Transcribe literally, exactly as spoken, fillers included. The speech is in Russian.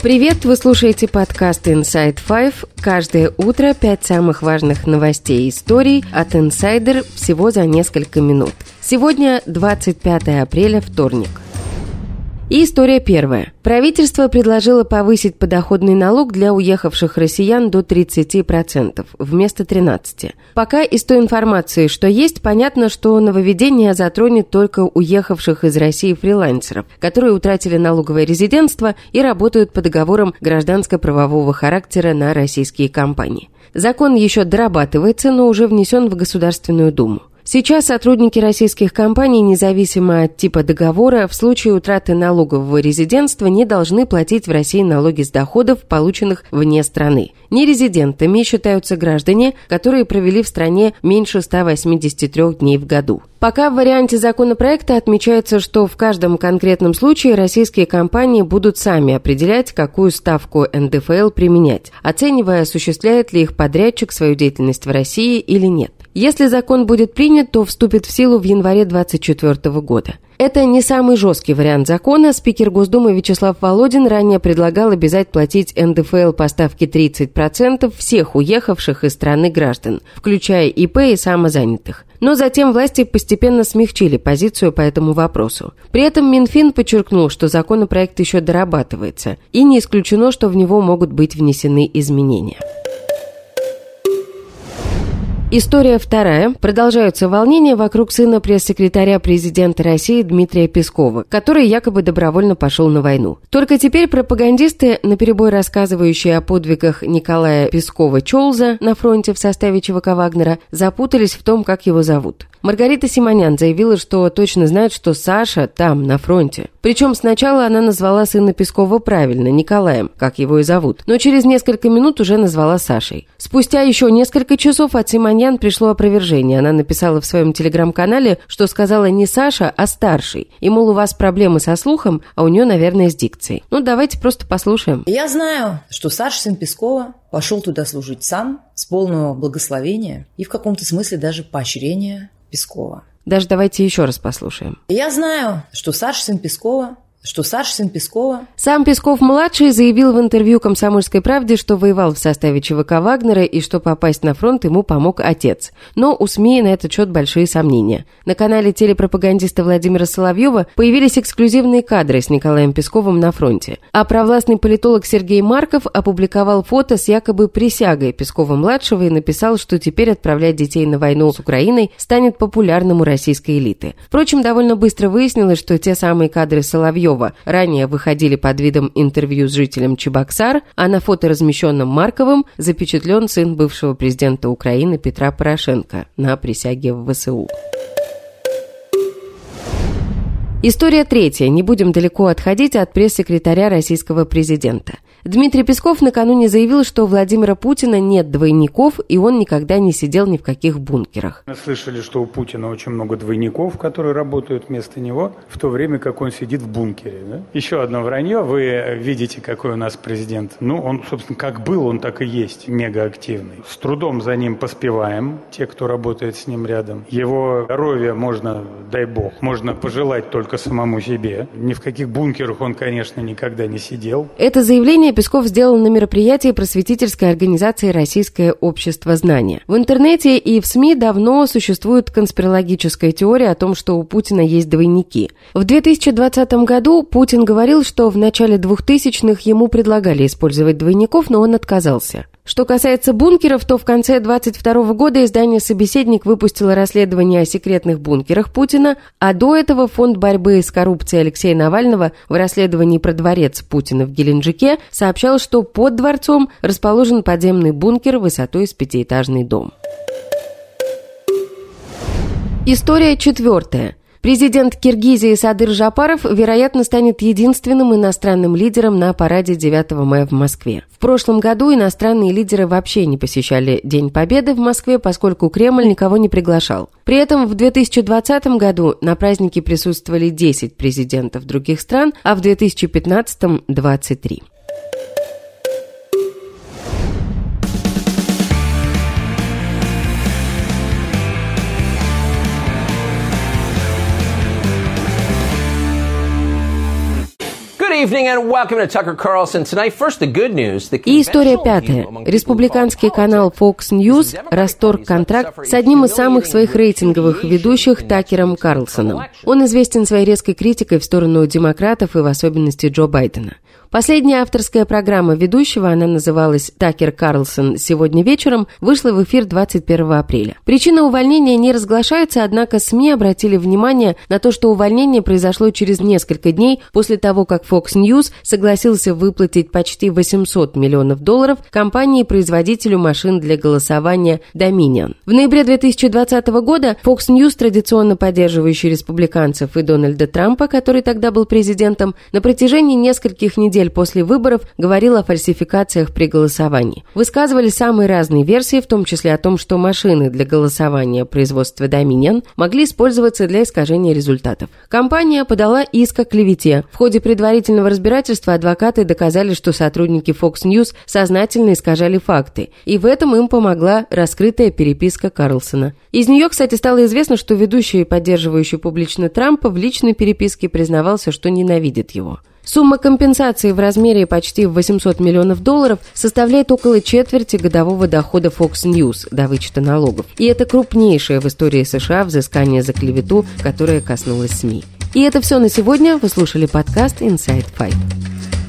Привет, вы слушаете подкаст Inside Five. Каждое утро пять самых важных новостей и историй от Insider всего за несколько минут. Сегодня двадцать пятое апреля, вторник. И история первая. Правительство предложило повысить подоходный налог для уехавших россиян до тридцати процентов вместо тринадцати процентов. Пока из той информации, что есть, понятно, что нововведение затронет только уехавших из России фрилансеров, которые утратили налоговое резидентство и работают по договорам гражданско-правового характера на российские компании. Закон еще дорабатывается, но уже внесен в Государственную Думу. Сейчас сотрудники российских компаний, независимо от типа договора, в случае утраты налогового резидентства не должны платить в России налоги с доходов, полученных вне страны. Нерезидентами считаются граждане, которые провели в стране меньше ста восьмидесяти трёх дней в году. Пока в варианте законопроекта отмечается, что в каждом конкретном случае российские компании будут сами определять, какую ставку эн дэ эф эл применять, оценивая, осуществляет ли их подрядчик свою деятельность в России или нет. Если закон будет принят, то вступит в силу в январе двадцать четвёртого года. Это не самый жесткий вариант закона. Спикер Госдумы Вячеслав Володин ранее предлагал обязать платить эн дэ эф эл по ставке тридцать процентов всех уехавших из страны граждан, включая и пэ и самозанятых. Но затем власти постепенно смягчили позицию по этому вопросу. При этом Минфин подчеркнул, что законопроект еще дорабатывается, и не исключено, что в него могут быть внесены изменения. История вторая. Продолжаются волнения вокруг сына пресс-секретаря президента России Дмитрия Пескова, который якобы добровольно пошел на войну. Только теперь пропагандисты, наперебой рассказывающие о подвигах Николая Пескова-Чолза на фронте в составе ЧВК «Вагнера», запутались в том, как его зовут. Маргарита Симонян заявила, что точно знает, что Саша там, на фронте. Причем сначала она назвала сына Пескова правильно, Николаем, как его и зовут, но через несколько минут уже назвала Сашей. Спустя еще несколько часов от Симонян пришло опровержение. Она написала в своем телеграм-канале, что сказала не Саша, а старший. И, мол, у вас проблемы со слухом, а у нее, наверное, с дикцией. Ну, давайте просто послушаем. Я знаю, что старший сын Пескова пошел туда служить сам, с полного благословения и в каком-то смысле даже поощрения Пескова. Даже давайте еще раз послушаем. Я знаю, что старший сын Пескова что старший сын Пескова... Сам Песков-младший заявил в интервью «Комсомольской правде», что воевал в составе ЧВК «Вагнера» и что попасть на фронт ему помог отец. Но у СМИ на этот счет большие сомнения. На канале телепропагандиста Владимира Соловьева появились эксклюзивные кадры с Николаем Песковым на фронте. А провластный политолог Сергей Марков опубликовал фото с якобы присягой Пескова-младшего и написал, что теперь отправлять детей на войну с Украиной станет популярным у российской элиты. Впрочем, довольно быстро выяснилось, что те самые кадры Соловьева ранее выходили под видом интервью с жителем Чебоксар, а на фото, размещенном Марковым, запечатлен сын бывшего президента Украины Петра Порошенко на присяге в вэ эс у. История третья. Не будем далеко отходить от пресс-секретаря российского президента. Дмитрий Песков накануне заявил, что у Владимира Путина нет двойников, и он никогда не сидел ни в каких бункерах. Мы слышали, что у Путина очень много двойников, которые работают вместо него, в то время как он сидит в бункере. Да? Еще одно вранье. Вы видите, какой у нас президент. Ну, он, собственно, как был, он так и есть, мегаактивный. С трудом за ним поспеваем, те, кто работает с ним рядом. Его здоровье можно, дай бог, можно пожелать только самому себе. Ни в каких бункерах он, конечно, никогда не сидел. Это заявление Песков сделал на мероприятии просветительской организации «Российское общество знания». В интернете и в СМИ давно существует конспирологическая теория о том, что у Путина есть двойники. В две тысячи двадцатом году Путин говорил, что в начале двухтысячных ему предлагали использовать двойников, но он отказался. Что касается бункеров, то в конце двадцать второго года издание «Собеседник» выпустило расследование о секретных бункерах Путина, а до этого Фонд борьбы с коррупцией Алексея Навального в расследовании про дворец Путина в Геленджике сообщал, что под дворцом расположен подземный бункер высотой с пятиэтажный дом. История четвертая. Президент Киргизии Садыр Жапаров, вероятно, станет единственным иностранным лидером на параде девятого мая в Москве. В прошлом году иностранные лидеры вообще не посещали День Победы в Москве, поскольку Кремль никого не приглашал. При этом в две тысячи двадцатом году на празднике присутствовали десять президентов других стран, а в две тысячи пятнадцатом – двадцать три. Good И история пятая. Республиканский канал Fox News расторг контракт с одним из самых своих рейтинговых ведущих Такером Карлсоном. Он известен своей резкой критикой в сторону демократов и в особенности Джо Байдена. Последняя авторская программа ведущего, она называлась «Такер Карлсон. Сегодня вечером», вышла в эфир двадцать первого апреля. Причина увольнения не разглашается, однако СМИ обратили внимание на то, что увольнение произошло через несколько дней после того, как Fox News согласился выплатить почти восемьсот миллионов долларов компании-производителю машин для голосования Dominion. В ноябре две тысячи двадцатого года Fox News, традиционно поддерживающий республиканцев и Дональда Трампа, который тогда был президентом, на протяжении нескольких недель после выборов говорил о фальсификациях при голосовании. Высказывали самые разные версии, в том числе о том, что машины для голосования производства Dominion могли использоваться для искажения результатов. Компания подала иск о клевете. В ходе предварительного разбирательства адвокаты доказали, что сотрудники Fox News сознательно искажали факты, и в этом им помогла раскрытая переписка Карлсона. Из нее, кстати, стало известно, что ведущий, поддерживающий публично Трампа, в личной переписке признавался, что ненавидит его. Сумма компенсации в размере почти восемьсот миллионов долларов составляет около четверти годового дохода Fox News до вычета налогов. И это крупнейшее в истории США взыскание за клевету, которое коснулось СМИ. И это все на сегодня. Вы слушали подкаст Inside Five.